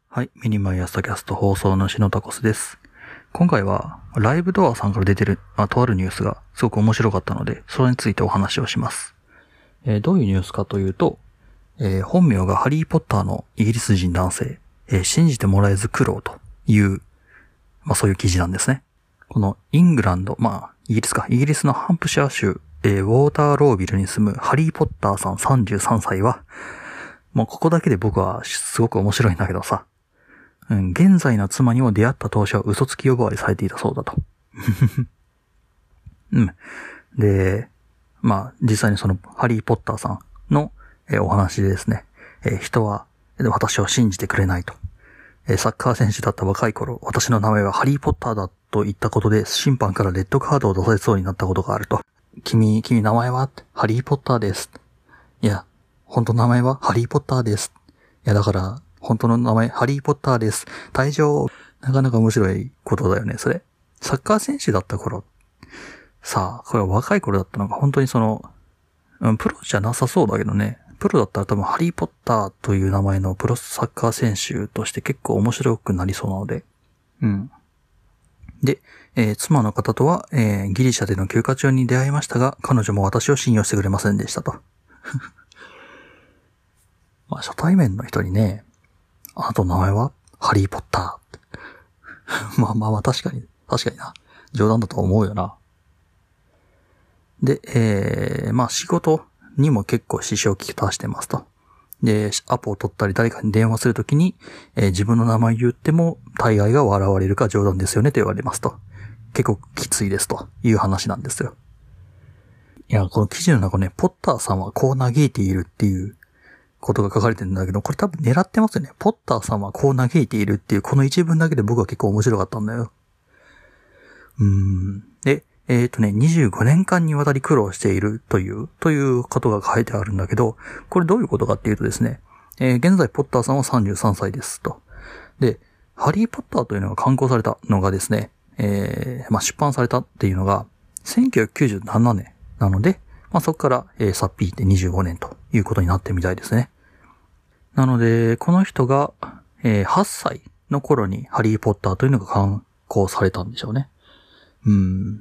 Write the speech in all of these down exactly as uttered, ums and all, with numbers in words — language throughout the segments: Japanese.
はい、ミニマイアスタキャスト放送のシノタコスです。今回はライブドアさんから出てるあとあるニュースがすごく面白かったので、それについてお話をします。えー、どういうニュースかというと、えー、本名がハリーポッターのイギリス人男性、えー、信じてもらえず苦労という、まあそういう記事なんですね。このイングランド、まあイギリスか、イギリスのハンプシャー州、えー、ウォーターロービルに住むハリーポッターさんさんじゅうさんさいは、もうここだけで僕はすごく面白いんだけどさ、うん、現在の妻にも出会った当初は嘘つき呼ばわりされていたそうだと。うん。で、まあ、実際にそのハリーポッターさんの、えー、お話でですね、えー、人は私を信じてくれないと、えー。サッカー選手だった若い頃、私の名前はハリーポッターだと言ったことで審判からレッドカードを出されそうになったことがあると。君、君名前はハリーポッターです。いや、本当の名前はハリーポッターです。いや、だから、本当の名前、ハリーポッターです。退場。なかなか面白いことだよね、それ。サッカー選手だった頃。さあ、これは若い頃だったのが本当にその、うん、プロじゃなさそうだけどね。プロだったら多分ハリーポッターという名前のプロサッカー選手として結構面白くなりそうなので。うん。で、えー、妻の方とは、えー、ギリシャでの休暇中に出会いましたが、彼女も私を信用してくれませんでしたと。まあ、初対面の人にね、あなたの名前はハリーポッター。まあまあまあ確かに、確かにな。冗談だと思うよな。で、えー、まあ仕事にも結構支障をきたしてますと。で、アポを取ったり誰かに電話するときに、えー、自分の名前言っても大概が笑われるか冗談ですよねと言われますと。結構きついですという話なんですよ。いや、この記事の中ね、ポッターさんはこう嘆いているっていうことが書かれてるんだけど、これ多分狙ってますよね。ポッターさんはこう嘆いているっていう、この一文だけで僕は結構面白かったんだよ。うーん。で、えっとね、にじゅうごねんかんにわたり苦労しているという、ということが書いてあるんだけど、これどういうことかっていうとですね、えー、現在ポッターさんはさんじゅうさんさいですと。で、ハリーポッターというのが刊行されたのがですね、えー、まあ、出版されたっていうのが、せんきゅうひゃくきゅうじゅうななねんなので、まあ、そこから、えー、さっぴいてにじゅうごねんということになってみたいですね。なので、この人が、えー、はっさいの頃にハリーポッターというのが刊行されたんでしょうね。うん。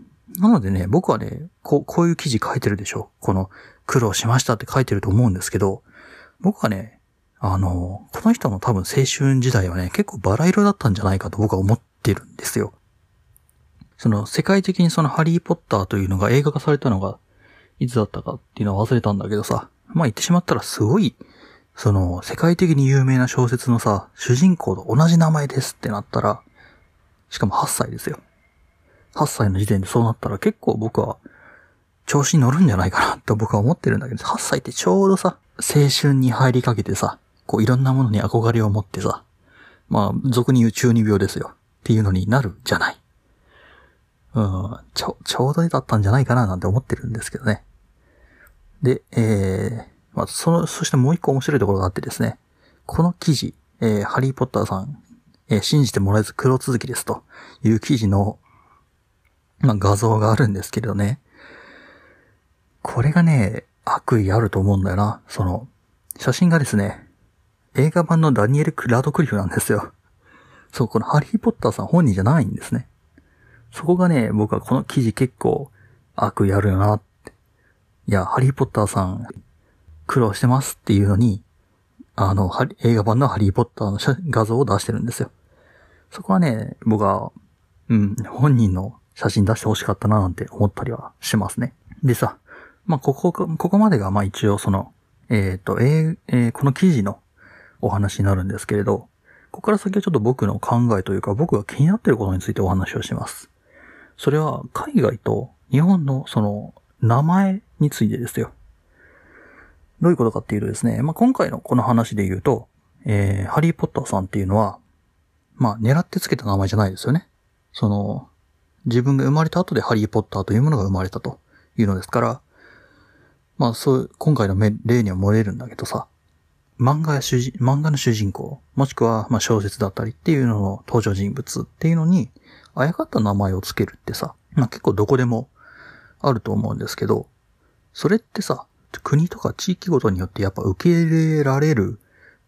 なのでね、僕はね、こう、こういう記事書いてるでしょ。この、苦労しましたって書いてると思うんですけど、僕はね、あの、この人の多分青春時代はね、結構バラ色だったんじゃないかと僕は思ってるんですよ。その、世界的にそのハリーポッターというのが映画化されたのが、いつだったかっていうのは忘れたんだけどさ、まあ言ってしまったらすごい、その、世界的に有名な小説のさ、主人公と同じ名前ですってなったら、しかもはっさいですよ。はっさいの時点でそうなったら結構僕は、調子に乗るんじゃないかなって僕は思ってるんだけど、はっさいってちょうどさ、青春に入りかけてさ、こういろんなものに憧れを持ってさ、まあ、俗に言う中二病ですよ。っていうのになるじゃない。うん、ちょ、ちょうどだったんじゃないかななんて思ってるんですけどね。で、えー、まあ、その、そしてもう一個面白いところがあってですね。この記事、えー、ハリーポッターさん、えー、信じてもらえず苦労続きですという記事の、まあ、画像があるんですけれどね。これがね、悪意あると思うんだよな。その、写真がですね、映画版のダニエル・ラドクリフなんですよ。そう、このハリーポッターさん本人じゃないんですね。そこがね、僕はこの記事結構悪意あるよなって。いや、ハリーポッターさん苦労してますっていうのに、あの、映画版のハリーポッターの画像を出してるんですよ。そこはね、僕は、うん、本人の写真出してほしかったななんて思ったりはしますね。でさ、まあ、ここ、ここまでがまあ一応その、えっと、えーえー、この記事のお話になるんですけれど、ここから先はちょっと僕の考えというか僕が気になっていることについてお話をします。それは海外と日本のその名前についてですよ。どういうことかっていうとですね、まあ、今回のこの話で言うと、えー、ハリーポッターさんっていうのは、まあ、狙ってつけた名前じゃないですよね。その、自分が生まれた後でハリーポッターというものが生まれたというのですから、まあ、そう、今回の例には漏れるんだけどさ、漫画や主人、漫画の主人公、もしくは、まあ、小説だったりっていうのの登場人物っていうのに、あやかった名前をつけるってさ、まあ、結構どこでもあると思うんですけど、それってさ、国とか地域ごとによってやっぱ受け入れられる、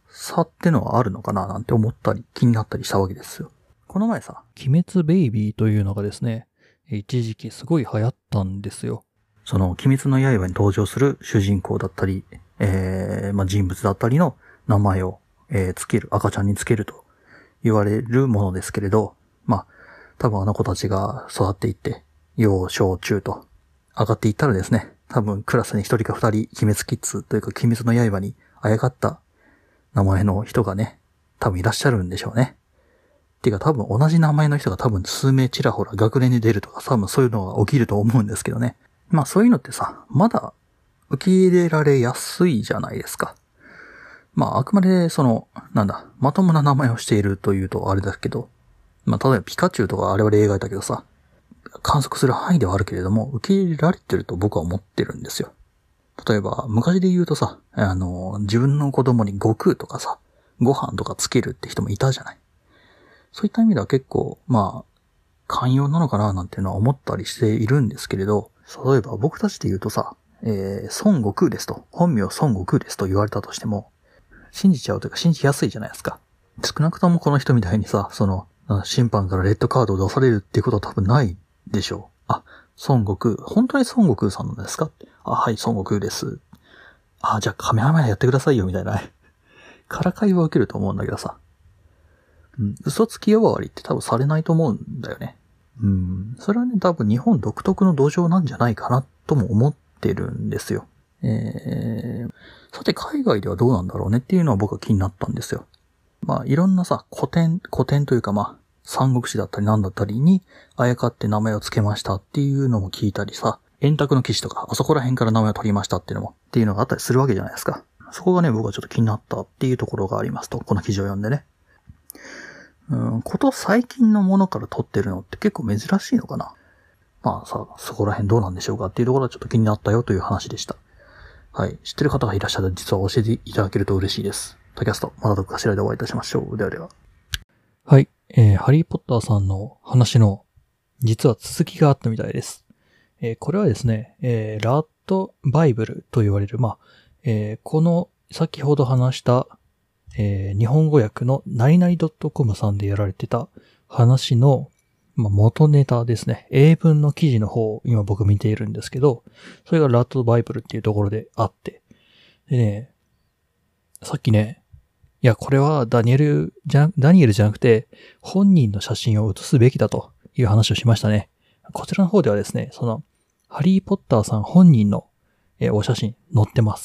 差ってのはあるのかななんて思ったり気になったりしたわけですよ。この前さ、鬼滅ベイビーというのがですね、一時期すごい流行ったんですよ。その鬼滅の刃に登場する主人公だったり、えー、まあ、人物だったりの名前を、えー、つける、赤ちゃんにつけると言われるものですけれど、まあ、多分あの子たちが育っていって、幼小中と上がっていったらですね、多分クラスに一人か二人、鬼滅キッズというか鬼滅の刃にあやかった名前の人がね、多分いらっしゃるんでしょうね。っていうか多分同じ名前の人が多分数名ちらほら学年に出るとか多分そういうのが起きると思うんですけどね。まあそういうのってさ、まだ受け入れられやすいじゃないですか。まああくまでその、なんだ、まともな名前をしているというとあれだけど、まあ例えばピカチュウとかあれは例外だけどさ、観測する範囲ではあるけれども、受け入れられてると僕は思ってるんですよ。例えば昔で言うとさ、あの、自分の子供に悟空とかさ、ご飯とかつけるって人もいたじゃない。そういった意味では結構、まあ、寛容なのかななんていうのは思ったりしているんですけれど、例えば僕たちで言うとさ、えー、孫悟空ですと、本名孫悟空ですと言われたとしても、信じちゃうというか信じやすいじゃないですか。少なくともこの人みたいにさ、その、審判からレッドカードを出されるっていうことは多分ないでしょう。あ、孫悟空、本当に孫悟空さんなんですか？あ、はい、孫悟空です。あ、じゃあカメラマンやってくださいよみたいな。からかいは受けると思うんだけどさ。うん、嘘つき呼ばわりって多分されないと思うんだよね。うん、それはね、多分日本独特の土壌なんじゃないかなとも思ってるんですよ。えー、さて海外ではどうなんだろうねっていうのは僕は気になったんですよ。まあいろんなさ、古典、古典というかまあ、三国志だったりなんだったりにあやかって名前を付けましたっていうのも聞いたりさ、円卓の騎士とかあそこら辺から名前を取りましたっていうのも、っていうのがあったりするわけじゃないですか。そこがね、僕はちょっと気になったっていうところがありますと、この記事を読んでね。うん、こと最近のものから取ってるのって結構珍しいのかな。まあさ、そこら辺どうなんでしょうかっていうところはちょっと気になったよという話でした。はい。知ってる方がいらっしゃる実は教えていただけると嬉しいです。タキャスト、またどこかしらでお会いいたしましょう。ではでは。はい。えー、ハリーポッターさんの話の実は続きがあったみたいです。えー、これはですね、えー、ラッドバイブルと言われる、まあ、えー、この先ほど話したえー、日本語訳のなりなり .com さんでやられてた話の、まあ、元ネタですね。英文の記事の方を今僕見ているんですけど、それがラッドバイブルっていうところであって。でね、さっきね、いや、これはダニエルじゃ、ダニエルじゃなくて、本人の写真を写すべきだという話をしましたね。こちらの方ではですね、その、ハリーポッターさん本人の、えー、お写真載ってます。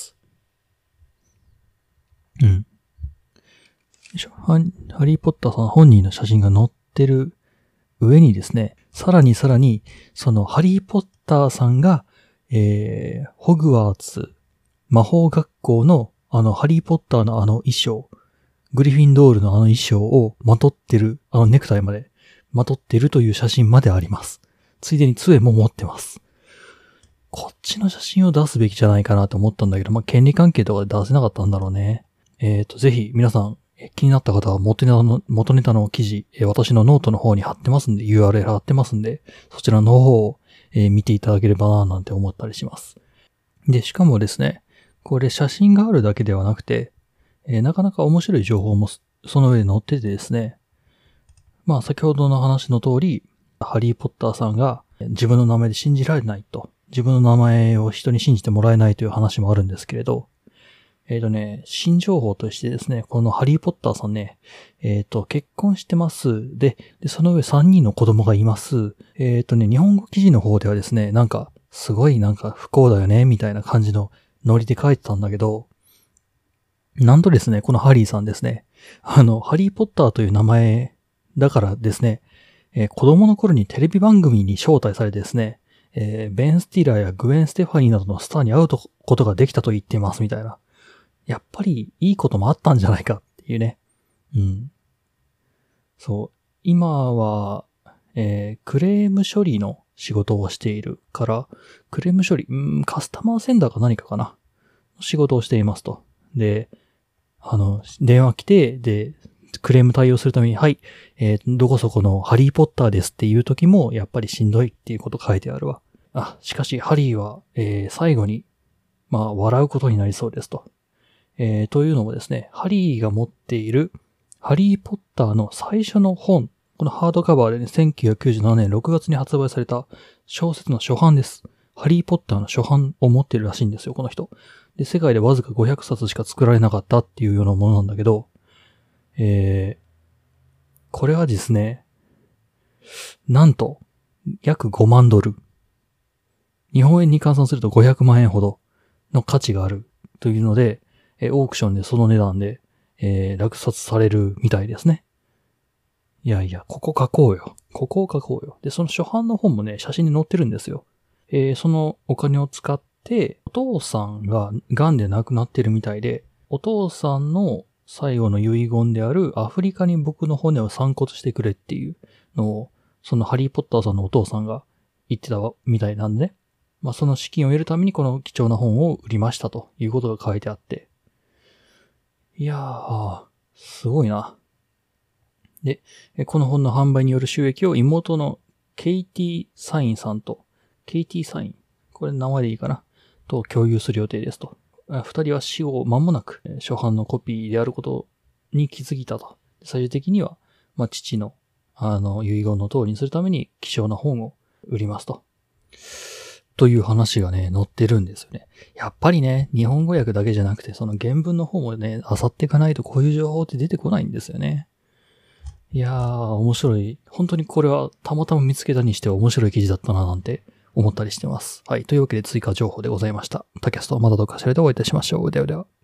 うん。ハリーポッターさん本人の写真が載ってる上にですね、さらにさらに、そのハリーポッターさんが、えー、ホグワーツ魔法学校のあのハリーポッターのあの衣装、グリフィンドールのあの衣装をまとってる、あのネクタイまでまとってるという写真まであります。ついでに杖も持ってます。こっちの写真を出すべきじゃないかなと思ったんだけど、まあ、権利関係とかで出せなかったんだろうね。えっと、ぜひ皆さん、気になった方は元ネタの、元ネタの記事、私のノートの方に貼ってますんで、ユーアールエル 貼ってますんで、そちらの方を見ていただければななんて思ったりします。で、しかもですね、これ写真があるだけではなくて、えー、なかなか面白い情報もその上で載っててですね、まあ先ほどの話の通り、ハリーポッターさんが自分の名前で信じられないと、自分の名前を人に信じてもらえないという話もあるんですけれど、えっとね、新情報としてですね、このハリーポッターさんね、えっと、結婚してます。で、でその上さんにんの子供がいます。えっとね、日本語記事の方ではですね、なんか、すごいなんか不幸だよね、みたいな感じのノリで書いてたんだけど、なんとですね、このハリーさんですね、あの、ハリーポッターという名前だからですね、えー、子供の頃にテレビ番組に招待されてですね、えー、ベン・スティラーやグエン・ステファニーなどのスターに会うことができたと言っています、みたいな。やっぱりいいこともあったんじゃないかっていうね。うん。そう。今は、えー、クレーム処理の仕事をしているから、クレーム処理、うん、カスタマーセンターか何かかな。仕事をしていますと。で、あの、電話来て、で、クレーム対応するために、はい、えー、どこそこのハリーポッターですっていう時も、やっぱりしんどいっていうこと書いてあるわ。あ、しかし、ハリーは、えー、最後に、まあ、笑うことになりそうですと。 えー、というのもですね、ハリーが持っているハリーポッターの最初の本、このハードカバーでね、せんきゅうひゃくきゅうじゅうななねんろくがつに発売された小説の初版です。ハリーポッターの初版を持ってるらしいんですよ、この人。で、世界でわずかごひゃくさつしか作られなかったっていうようなものなんだけど、えー、これはですね、なんと、約ごまんドル。日本円に換算するとごひゃくまんえんほどの価値があるというので、えー、オークションでその値段で、えー、落札されるみたいですね。いやいや、ここ書こうよ。ここを書こうよ。で、その初版の本もね、写真に載ってるんですよ。えー、そのお金を使って、お父さんが癌で亡くなってるみたいで、お父さんの最後の遺言であるアフリカに僕の骨を散骨してくれっていうのを、そのハリーポッターさんのお父さんが言ってたみたいなんでね。まあ、その資金を得るためにこの貴重な本を売りましたということが書いてあって。いやー、すごいな。で、この本の販売による収益を妹のケイティ・サインさんと、ケイティ・サイン、これ名前でいいかなと共有する予定ですと。二人は死後間もなく初版のコピーであることに気づいたと。最終的には、まあ、父の、あの、遺言の通りにするために希少な本を売りますと。という話がね、載ってるんですよね。やっぱりね、日本語訳だけじゃなくて、その原文の方もね、漁っていかないとこういう情報って出てこないんですよね。いやー、面白い。本当にこれはたまたま見つけたにしては面白い記事だったななんて思ったりしてます。はい。というわけで追加情報でございました。タキャストまたどっかしらでお会いいたしましょう。ではでは。